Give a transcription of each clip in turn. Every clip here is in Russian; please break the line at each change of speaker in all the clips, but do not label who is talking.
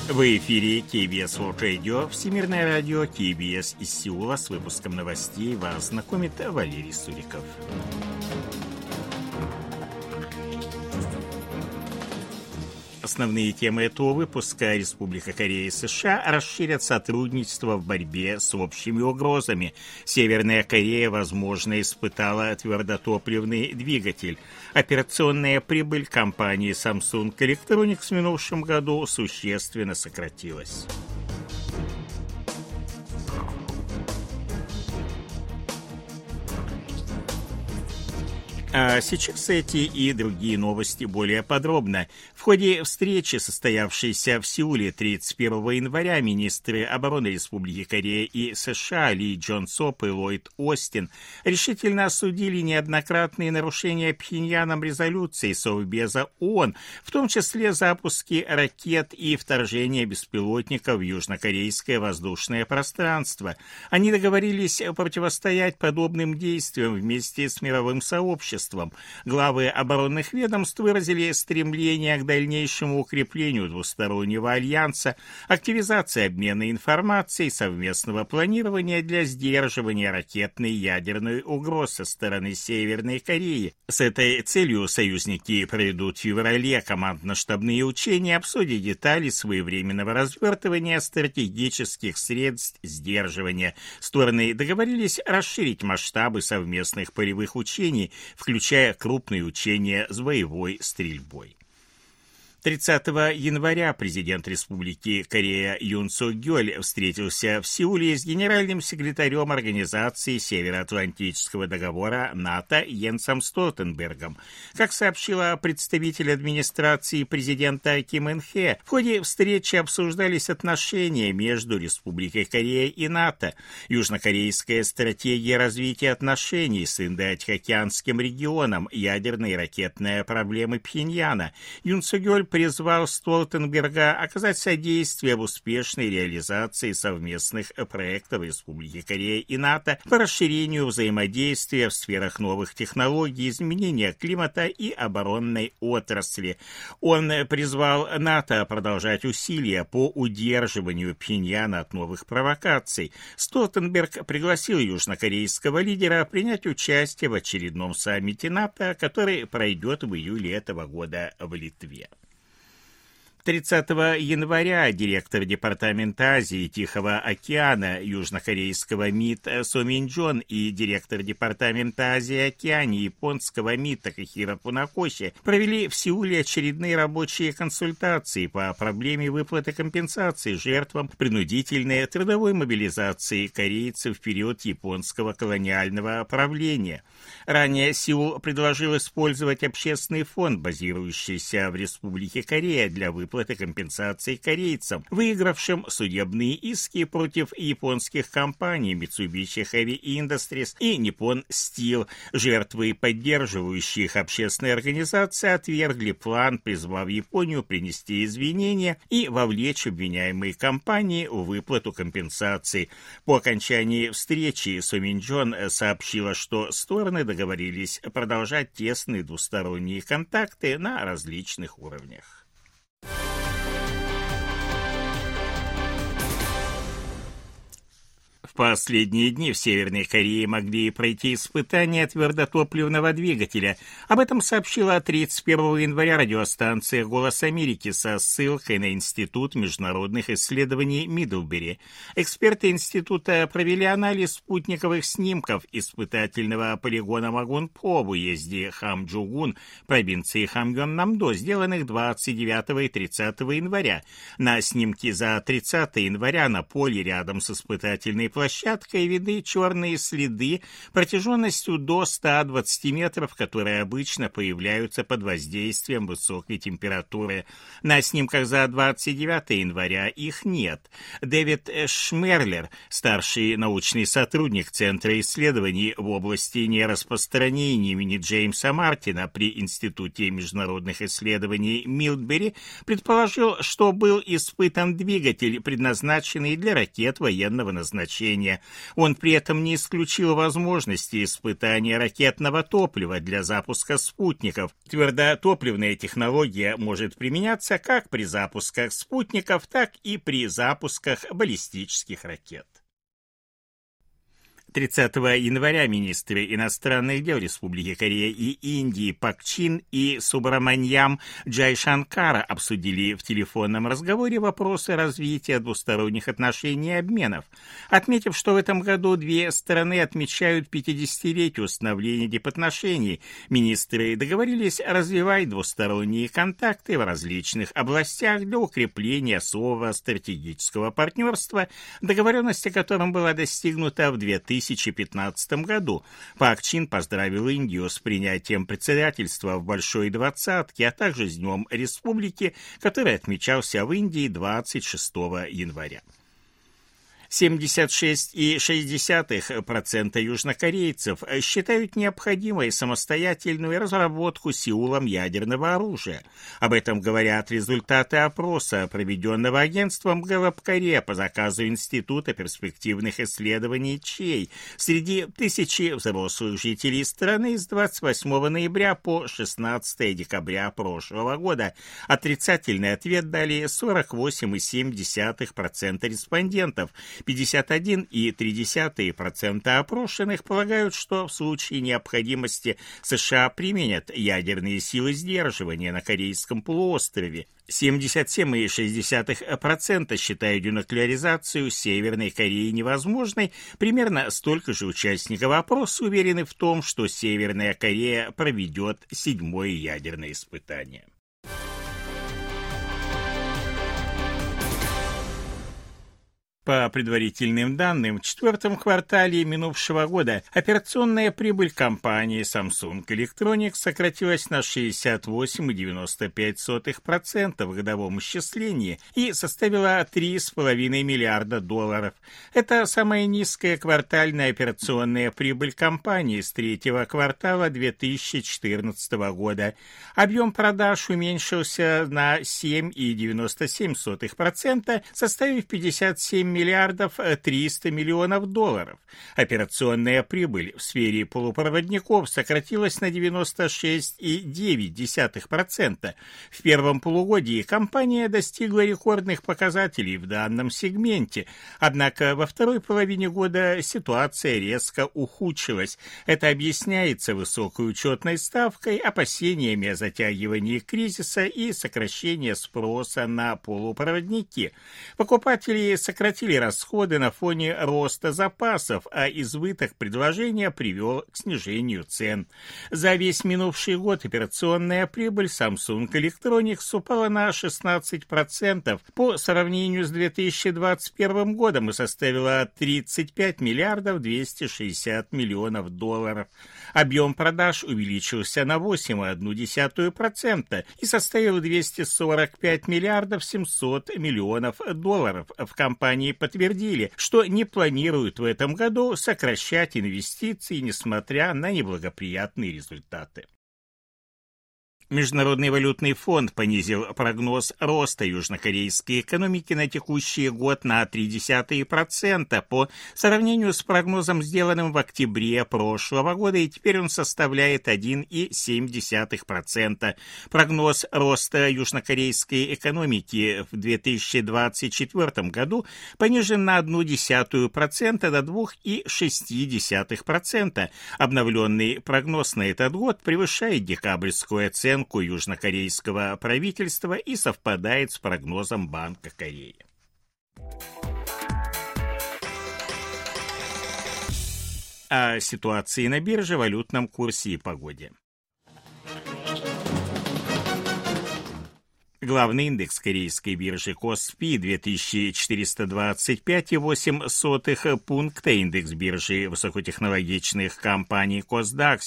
В эфире KBS World Radio, Всемирное радио KBS из Сеула. С выпуском новостей вас знакомит Валерий Суриков. Основные темы этого выпуска: Республика Корея и США расширят сотрудничество в борьбе с общими угрозами. Северная Корея, возможно, испытала твердотопливный двигатель. Операционная прибыль компании Samsung Electronics в минувшем году существенно сократилась. А сейчас эти и другие новости более подробно. В ходе встречи, состоявшейся в Сеуле 31 января, министры обороны Республики Корея и США Ли Джон Соп и Ллойд Остин решительно осудили неоднократные нарушения Пхеньяном резолюции Совбеза ООН, в том числе запуски ракет и вторжение беспилотников в южнокорейское воздушное пространство. Они договорились противостоять подобным действиям вместе с мировым сообществом. Главы оборонных ведомств выразили стремление к дальнейшему укреплению двустороннего альянса, активизации обмена информацией, совместного планирования для сдерживания ракетной и ядерной угроз со стороны Северной Кореи. С этой целью союзники проведут в феврале командно-штабные учения, обсудят детали своевременного развертывания стратегических средств сдерживания. Стороны договорились расширить масштабы совместных полевых учений, включая крупные учения с боевой стрельбой. 30 января президент Республики Корея Юн Сук Гёль встретился в Сеуле с генеральным секретарем Организации Североатлантического договора НАТО Йенсом Столтенбергом. Как сообщила представитель администрации президента Ким Ын Хе, в ходе встречи обсуждались отношения между Республикой Корея и НАТО, южнокорейская стратегия развития отношений с Индо-Тихоокеанским регионом, ядерная и ракетная проблемы Пхеньяна. Юн Сук Гёль призвал Столтенберга оказать содействие в успешной реализации совместных проектов Республики Корея и НАТО по расширению взаимодействия в сферах новых технологий, изменения климата и оборонной отрасли. Он призвал НАТО продолжать усилия по удерживанию Пхеньяна от новых провокаций. Столтенберг пригласил южнокорейского лидера принять участие в очередном саммите НАТО, который пройдет в июле этого года в Литве. 30 января директор Департамента Азии и Тихого океана южнокорейского МИД Со Мин Джон и директор Департамента Азии и океана японского МИД Такахиро Фунакоши провели в Сеуле очередные рабочие консультации по проблеме выплаты компенсации жертвам принудительной трудовой мобилизации корейцев в период японского колониального правления. Ранее Сеул предложил использовать общественный фонд, базирующийся в Республике Корея, для выплаты компенсации корейцам, выигравшим судебные иски против японских компаний Mitsubishi Heavy Industries и Nippon Steel. Жертвы, поддерживающие их общественные организации, отвергли план, призвав Японию принести извинения и вовлечь обвиняемые компании в выплату компенсации. По окончании встречи Со Мин Джон сообщила, что стороны договорились продолжать тесные двусторонние контакты на различных уровнях. В последние дни в Северной Корее могли пройти испытания твердотопливного двигателя. Об этом сообщила 31 января радиостанция «Голос Америки» со ссылкой на Институт международных исследований Мидлбери. Эксперты института провели анализ спутниковых снимков испытательного полигона Магунпо в уезде Хамджугун, провинции Хамгён-Намдо, сделанных 29 и 30 января. На снимке за 30 января на поле рядом с испытательной площадкой видны черные следы протяженностью до 120 метров, которые обычно появляются под воздействием высокой температуры. На снимках за 29 января их нет. Дэвид Шмерлер, старший научный сотрудник Центра исследований в области нераспространения имени Джеймса Мартина при Институте международных исследований Милдбери, предположил, что был испытан двигатель, предназначенный для ракет военного назначения соглашения. Он при этом не исключил возможности испытания ракетного топлива для запуска спутников. Твердотопливная технология может применяться как при запусках спутников, так и при запусках баллистических ракет. 30 января министры иностранных дел Республики Корея и Индии Пак Чин и Субраманьям Джайшанкара обсудили в телефонном разговоре вопросы развития двусторонних отношений и обменов, отметив, что в этом году две стороны отмечают 50-летие установления дипотношений. Министры договорились развивать двусторонние контакты в различных областях для укрепления особого стратегического партнерства, договоренность о котором была достигнута в 2015 году. Пак Чин поздравил Индию с принятием председательства в Большой двадцатке, а также с Днем Республики, который отмечался в Индии 26 января. 76,6% южнокорейцев считают необходимой самостоятельную разработку Сеулом ядерного оружия. Об этом говорят результаты опроса, проведенного агентством Гэллап Корея по заказу Института перспективных исследований ЧЕЙ среди 1000 взрослых жителей страны с 28 ноября по 16 декабря прошлого года. Отрицательный ответ дали 48,7% респондентов. 51,3% опрошенных полагают, что в случае необходимости США применят ядерные силы сдерживания на Корейском полуострове. 77,6% считают денуклеаризацию Северной Кореи невозможной. Примерно столько же участников опроса уверены в том, что Северная Корея проведет 7-е ядерное испытание. По предварительным данным, в четвертом квартале минувшего года операционная прибыль компании Samsung Electronics сократилась на 68,95% в годовом исчислении и составила $3,5 миллиарда. Это самая низкая квартальная операционная прибыль компании с третьего квартала 2014 года. Объем продаж уменьшился на 7,97%, составив $57 миллиардов 300 миллионов долларов. Операционная прибыль в сфере полупроводников сократилась на 96,9%. В первом полугодии компания достигла рекордных показателей в данном сегменте, однако во второй половине года ситуация резко ухудшилась. Это объясняется высокой учетной ставкой, опасениями о затягивании кризиса и сокращении спроса на полупроводники. Покупатели сократили расходы на фоне роста запасов, а избыток предложения привел к снижению цен. За весь минувший год операционная прибыль Samsung Electronics упала на 16% по сравнению с 2021 годом и составила 35 миллиардов 260 миллионов долларов. Объем продаж увеличился на 8,1% и составил 245 миллиардов 700 миллионов долларов. В компании подтвердили, что не планируют в этом году сокращать инвестиции, несмотря на неблагоприятные результаты. Международный валютный фонд понизил прогноз роста южнокорейской экономики на текущий год на 0,3% по сравнению с прогнозом, сделанным в октябре прошлого года, и теперь он составляет 1,7%. Прогноз роста южнокорейской экономики в 2024 году понижен на 0,1% до 2,6%. Обновленный прогноз на этот год превышает декабрьскую оценку южнокорейского правительства и совпадает с прогнозом Банка Кореи. О ситуации на бирже, валютном курсе и погоде. Главный индекс корейской биржи Коспи 2425,8 пункта, индекс биржи высокотехнологичных компаний Косдак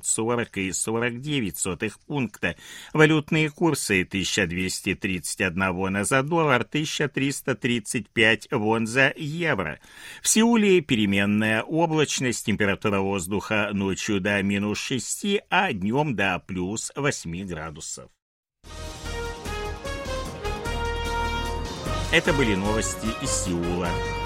740,49 пункта, валютные курсы 1231 вона за доллар, 1335 вон за евро. В Сеуле переменная облачность, температура воздуха ночью до -6, а днем до +8 градусов. Это были новости из Сеула.